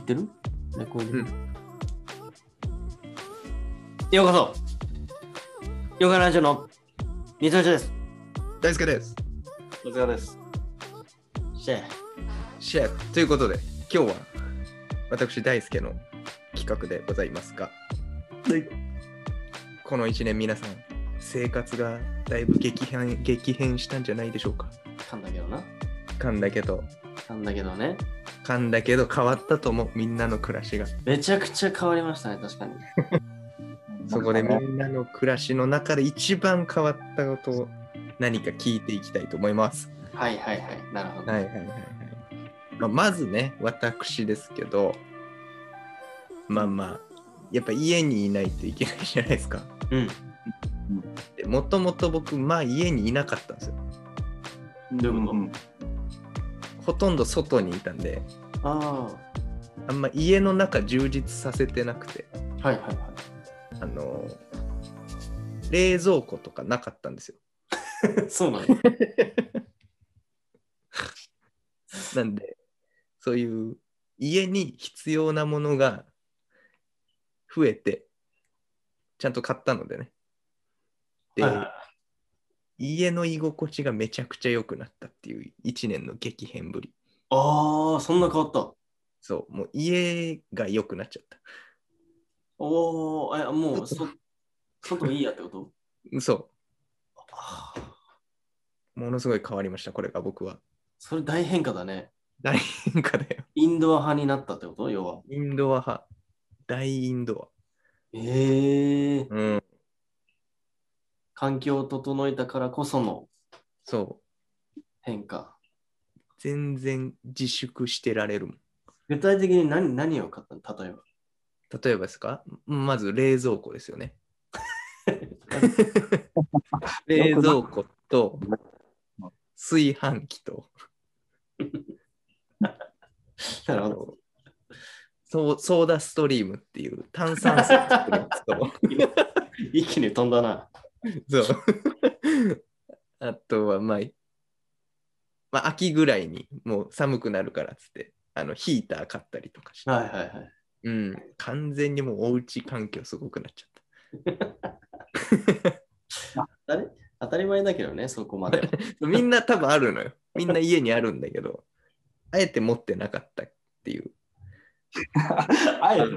ってるレコーディング、 うん、 ようこそヨガラジオのみそじです。 大輔です。 お疲れです。 シェシェフということで、今日は私大輔の企画でございますが、 はい、 この1年皆さん生活がだいぶ激変したんじゃないでしょうか。 噛んだけどな。 噛んだけどね。 噛んだけど変わったと思う、みんなの暮らしが。 めちゃくちゃ変わりましたね、確かに。 そこでみんなの暮らしの中で一番変わったことを何か聞いていきたいと思います。 はいはいはい、なるほど。 はいはいはいはい。まずね、私ですけど、まあ、やっぱ家にいないといけないじゃないですか。 うん。 もともと僕、家にいなかったんですよ。 どういうこと？ ほとんど外にいたんで、 ああんま家の中充実させてなくて、 あ、はいはいはい。 冷蔵庫とかなかったんですよ。 そうなの。 なんで、そういう家に必要なものが増えて、ちゃんと買ったのでね。で、 はいはい、 家の居心地がめちゃくちゃ良くなったっていう1年の激変ぶり。 ああ、そんな変わった。 そう、もう家が良くなっちゃった。 おお、もう外いいやってこと？ そあう、ものすごい変わりました、これが僕は。 それ大変化だね。 大変化だよ。 インドア派になったってこと？要は。 インドア派。大インドア。うん。 環境を整えたからこそのそう。 変化。 全然自粛してられるもん。 具体的に何を買ったの？例えば。 例えばですか？まず冷蔵庫ですよね。冷蔵庫と炊飯器となるほど。 ソーダストリームっていう炭酸水を作るやつと一気に飛んだな。 そうあとは秋ぐらいにもう寒くなるからっつってヒーター買ったりとかして、 はいはいはい。 うん、完全にもうおうち環境すごくなっちゃった当たり前だけどね、そこまでは。 みんな多分あるのよ。みんな家にあるんだけど、あえて持ってなかったっていう。 あえ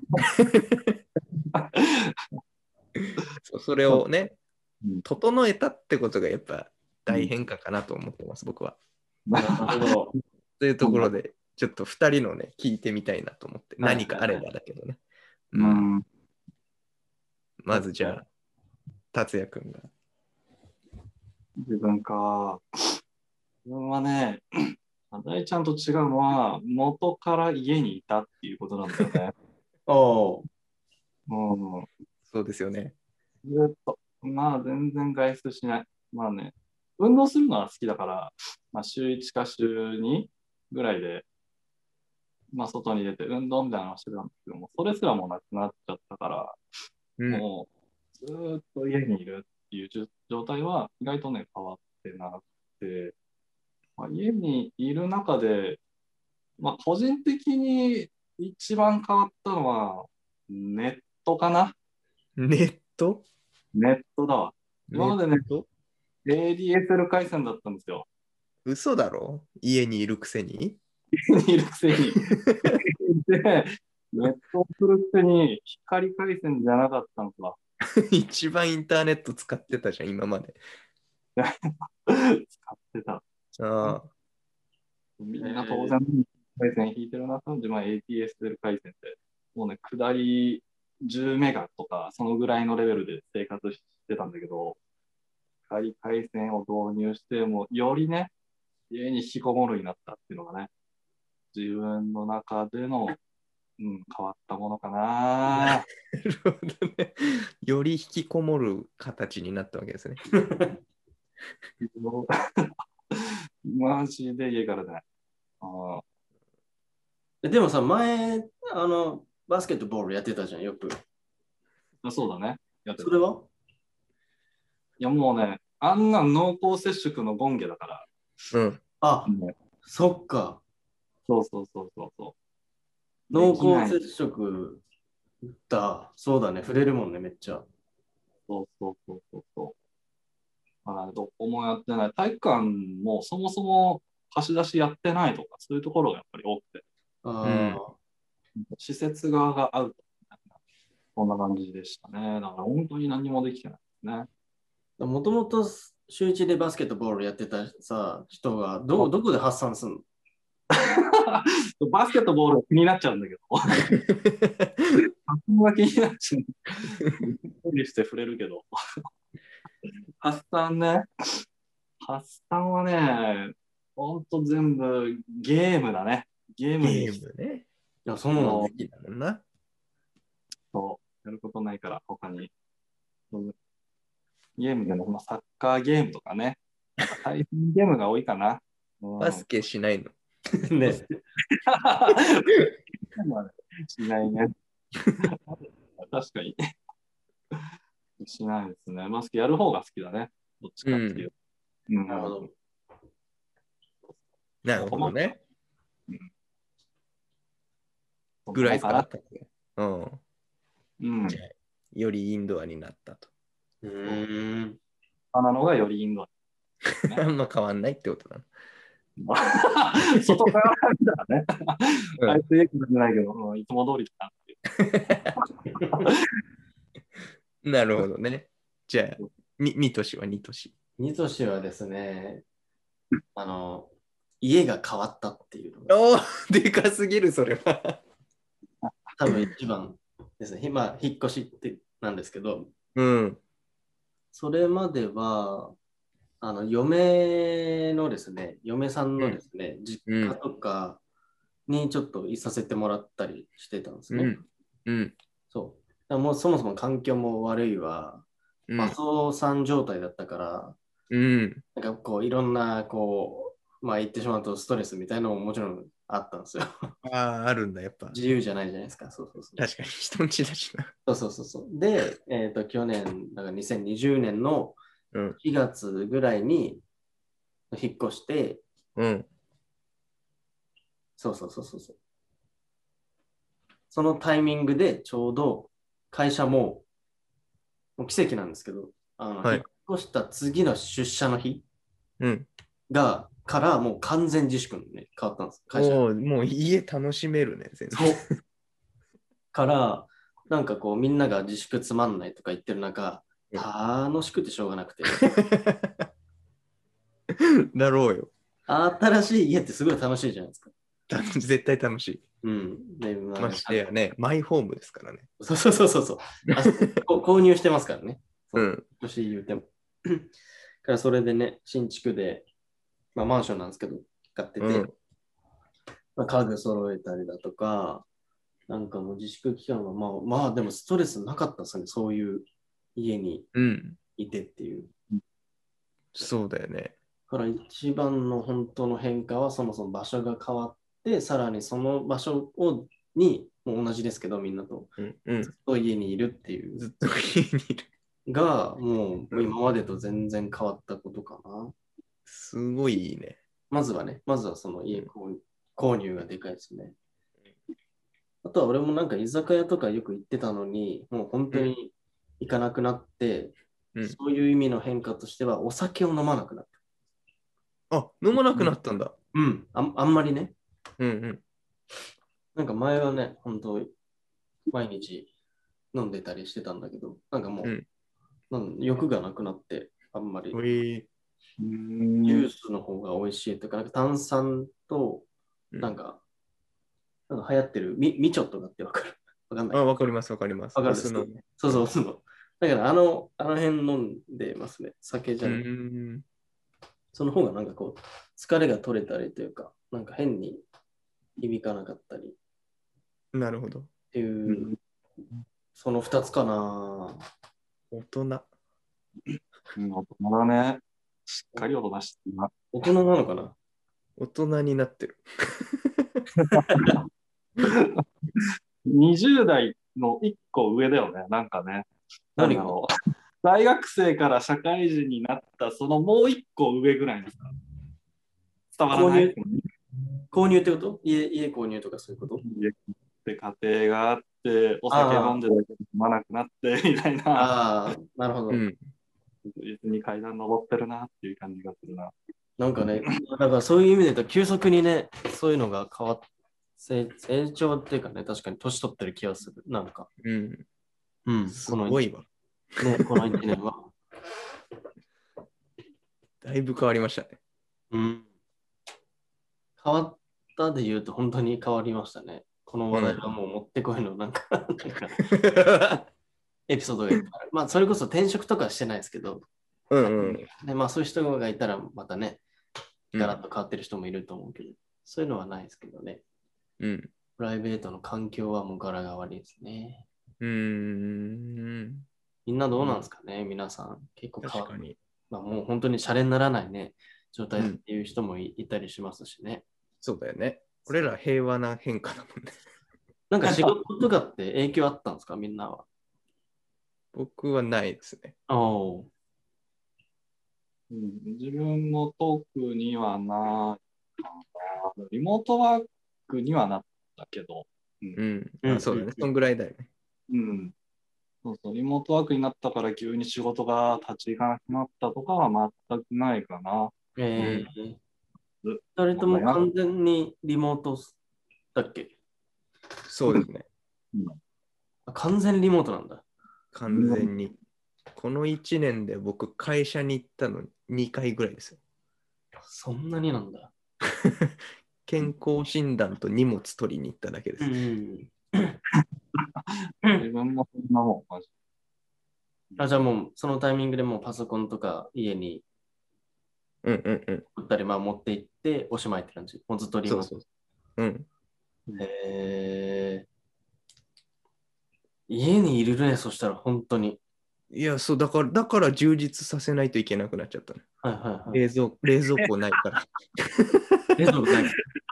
てそれをね、 うん整えたってことがやっぱ大変化かなと思ってます、僕は。 なるほど。 というところで、ちょっと2人のね、聞いてみたいなと思って、何かあればだけどね。まずじゃあ、達也くんが。 自分か。自分はね、大ちゃんと違うのは、元から家にいたっていうことなんだよね。 おそうですよね。 ずっと。全然外出しない。運動するのは好きだから、週1か週2ぐらいで、外に出て運動みたいなのをしてたんですけども、それすらもなくなっちゃったから、もうずっと家にいるっていう状態は意外とね、変わってなくて、家にいる中で、個人的に一番変わったのはネットかな。 ネットだわ。今までね、ADSL 回線だったんですよ。 嘘だろ？家にいるくせに家にいるくせに。で、ネットをするくせに光回線じゃなかったんですわ。 一番インターネット使ってたじゃん、今まで。 使ってた。みんな当然回線引いてる中で、ADSL 回線で、もうね、下り10メガとか、そのぐらいのレベルで生活してたんだけど、光回線を導入して、もよりね、家に引きこもるようになったっていうのがね、自分の中での、変わったものかな。 なるほどね。より引きこもる形になったわけですね。 マジで家からじゃない。 でもさ、前、バスケットボールやってたじゃん、よく。 そうだね。やってた。 それは？ いやもうね、あんな濃厚接触の権下だから。 あ、そっか。 そう。 濃できない厚接触だ。そうだね。触れるもんね、めっちゃ。 そうそうそうそうそう。だからどこもやってない。体育館もそもそも貸し出しやってないとか、そういうところがやっぱり多くて、 ああ、 施設側がアウトみたいな、そんな感じでしたね。だから本当に何もできてないですね。 もともと週一でバスケットボールやってたさ、人がどこで発散するの？ バスケットボールが気になっちゃうんだけど、発散が気になっちゃう。びっくりして触れるけど。発散ね。発散はね、ほんと全部ゲームだね。ゲームにゲームね。 いや、そうなんだ。 好きだもんな。 やることないから他に。ゲームでも、サッカーゲームとかね。なんか対戦ゲームが多いかな。 バスケしないの。 ね。 しないね。確かに。しないですね。バスケやる方が好きだね。どっちかっていう。うんなるほど。 なるほどね。 うんぐらいかな。 うん。 じゃあよりインドアになったと。 なのがよりインドア。 あんま変わんないってことだな。 外から見たらね、 うんあいつエクじゃないけど、いつも通りだなっていう。 なるほどね。じゃあ、ニトシはニトシ。 ニトシはですね、家が変わったっていうのがおお、でかすぎる、それは。 多分一番ですね。今、引っ越しってなんですけど、 うん。 それまでは、嫁のですね、嫁さんのですね、実家とかにちょっといさせてもらったりしてたんですね。そう。だからもうそもそも環境も悪いわ、マスオさん状態だったから、なんかこういろんなこう、まあ言ってしまうとストレスみたいなのももちろんあったんですよ。 ああ、あるんだ、やっぱ。 自由じゃないじゃないですか。そうそうそう。 確かに、人んちだしな。 そうそうそう。で、去年、だから2020年の4月ぐらいに引っ越して、そうそうそうそう。そのタイミングでちょうど会社も奇跡なんですけど、引っ越した次の出社の日からもう完全自粛に、ね、変わったんです。会社もう家楽しめるね、全然。 そうから、なんかこうみんなが自粛つまんないとか言ってる中、楽しくてしょうがなくて。 だろうよ。 新しい家ってすごい楽しいじゃないですか。 絶対楽しい。 うん。で、 ましてやね、マイホームですからね。 そうそうそうそう。購入してますからね。もし言うても。からそれでね、新築で、まあマンションなんですけど、買ってて、まあ、家具揃えたりだとか、なんかもう自粛期間はまあでもストレスなかったですね。そういう家にいてっていう。 そうだよね。 から一番の本当の変化はそもそも場所が変わって、さらにその場所にもう同じですけど、みんなとずっと家にいるっていう。 ずっと家にいる。 が、もう今までと全然変わったことかな。 すごいいいね。 まずはその家購入がでかいですね。あとは俺もなんか居酒屋とかよく行ってたのに、もう本当に行かなくなって、そういう意味の変化としてはお酒を飲まなくなった。 あ、飲まなくなったんだ。 あんまりね。なんか前はね、本当毎日飲んでたりしてたんだけど、なんかもう、欲がなくなって、あんまり。ジュースの方が美味しいとか、なんか炭酸と、なんか流行ってるミチョとかってわかる？わかんない。 わかります、わかります。 わかるです。そう。だからあの辺飲んでますね。酒じゃない。その方がなんかこう、疲れが取れたりというか、なんか変に響かなかったり。 なるほど。 っていう、その2つかな。 大人。 大人だね。しっかり大人してるな。 大人なのかな？ 大人になってる。 20代の1個上だよね、なんかね。 何が？ 大学生から社会人になったそのもう1個上ぐらいのさ、伝わらない？ 購入ってこと？家購入とかそういうこと？ 家っって家庭があってお酒飲んでるだけで飲まなくなってみたいな。 ああ、なるほど。 うん。 別に階段登ってるなっていう感じがするな。 なんかね、だからそういう意味で言うと、急速にね、そういうのが変わって、成長っていうかね、確かに年取ってる気がする。なんか。 うん。 うん。 すごいわ。 ね、この1年は。 だいぶ変わりましたね。 うん。変わったで言うと、本当に変わりましたね。この話題はもう持ってこいの、なんかエピソードがいっぱいある。まあ、それこそ転職とかはしてないですけど、 うんでまあ、そういう人がいたら、またね、ガラッと変わってる人もいると思うけど、そういうのはないですけどね。 うん。 プライベートの環境はもう柄が悪いですね。 うん。 みんなどうなんですかね、皆さん。結構変わる。 確かに。 まあ、もう本当にシャレにならないね、状態っていう人もいたりしますしね。 そうだよね。俺ら平和な変化だもんね。 なんか仕事とかって影響あったんですか、みんなは。 僕はないですね。 お自分も特にはないかな。リモートワークにはなったけど。 そうだね。そんぐらいだよね。 そうそう。リモートワークになったから急に仕事が立ち行かなくなったとかは全くないかな。 2人とも完全にリモートだっけ？ そうですね。 完全リモートなんだ。 完全に。この1年で僕、会社に行ったの2回ぐらいですよ。 そんなになんだ。 健康診断と荷物取りに行っただけです。 自分もそんなもん、マジ。 じゃあもうそのタイミングでもうパソコンとか家に送ったり、まあ持って行っておしまいって感じ。もうずっとリモート。 そうそう。 家にいるね、そしたら本当に。 いや、そう、だから充実させないといけなくなっちゃったの。冷蔵庫ないから。 冷蔵庫ない。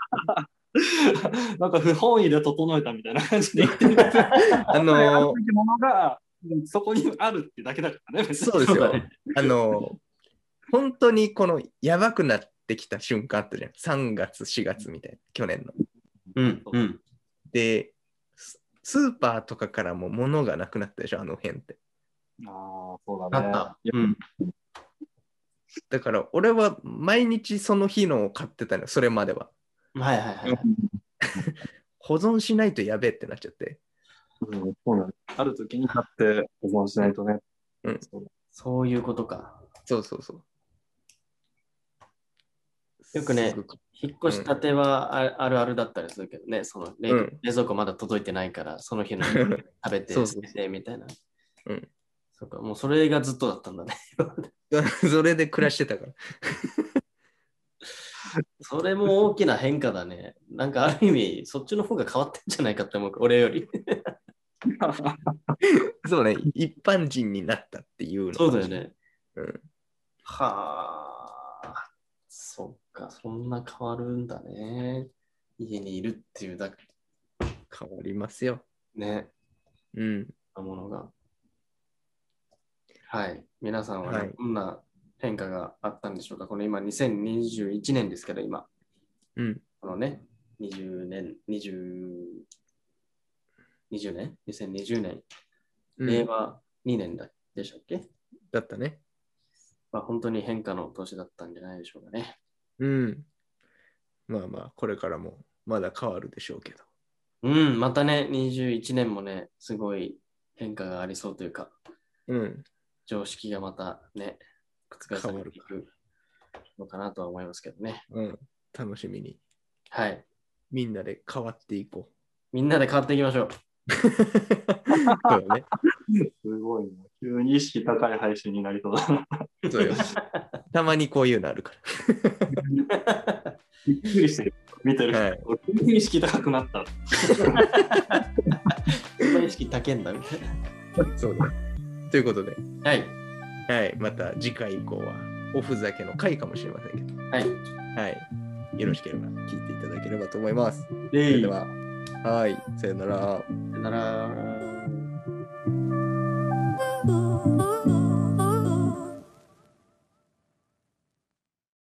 なんか不本意で整えたみたいな感じで言ってる。ものがそこにあるってだけだからね。 そうですよ。本当にこのやばくなってきた瞬間あったじゃん。3月、4月みたいな、去年の。で、スーパーとかからも物がなくなったでしょ、あの辺って。 ああ、そうだね。 あった。 だから俺は毎日その日のを買ってたの、それまでは。保存しないとやべえってなっちゃって。 そうなんです。ある時に買って保存しないとね。 そういうことか。 そうそうそう。 よくね、引っ越したてはあるあるだったりするけどね、その冷蔵庫まだ届いてないから、その日の食べて捨ててみたいな。そうか、もうそれがずっとだったんだね。 それで暮らしてたから。 それも大きな変化だね。なんかある意味、そっちの方が変わってんじゃないかって思う、俺より。 そうね、一般人になったっていうの。 そうだよね。はあ、そっか、そんな変わるんだね。家にいるっていうだけ。 変わりますよ。 ね。ものが。はい。皆さんは、どんな変化があったんでしょうか。この今、2021年ですけど、今。このね、20年、2020年、令和2年でしたっけ？ だったね。 まあ、本当に変化の年だったんじゃないでしょうかね。 まあまあ、これからもまだ変わるでしょうけど。 またね、21年もね、すごい変化がありそうというか、常識がまたね、覆されていくのかなとは思いますけどね。 楽しみに。 はい。 みんなで変わっていこう。 みんなで変わっていきましょう。 そうね。 すごいな。急に意識高い配信になりそうだな。 そうよ。たまにこういうのあるから。 びっくりしてる。見てる。急に意識高くなった。 意識高いんだみたいな。 そうだ。ということで。 はい。 はい。また次回以降はおふざけの回かもしれませんけど。 はい。 はい。よろしければ聞いていただければと思います。それでは。はい。さよなら。 さよなら。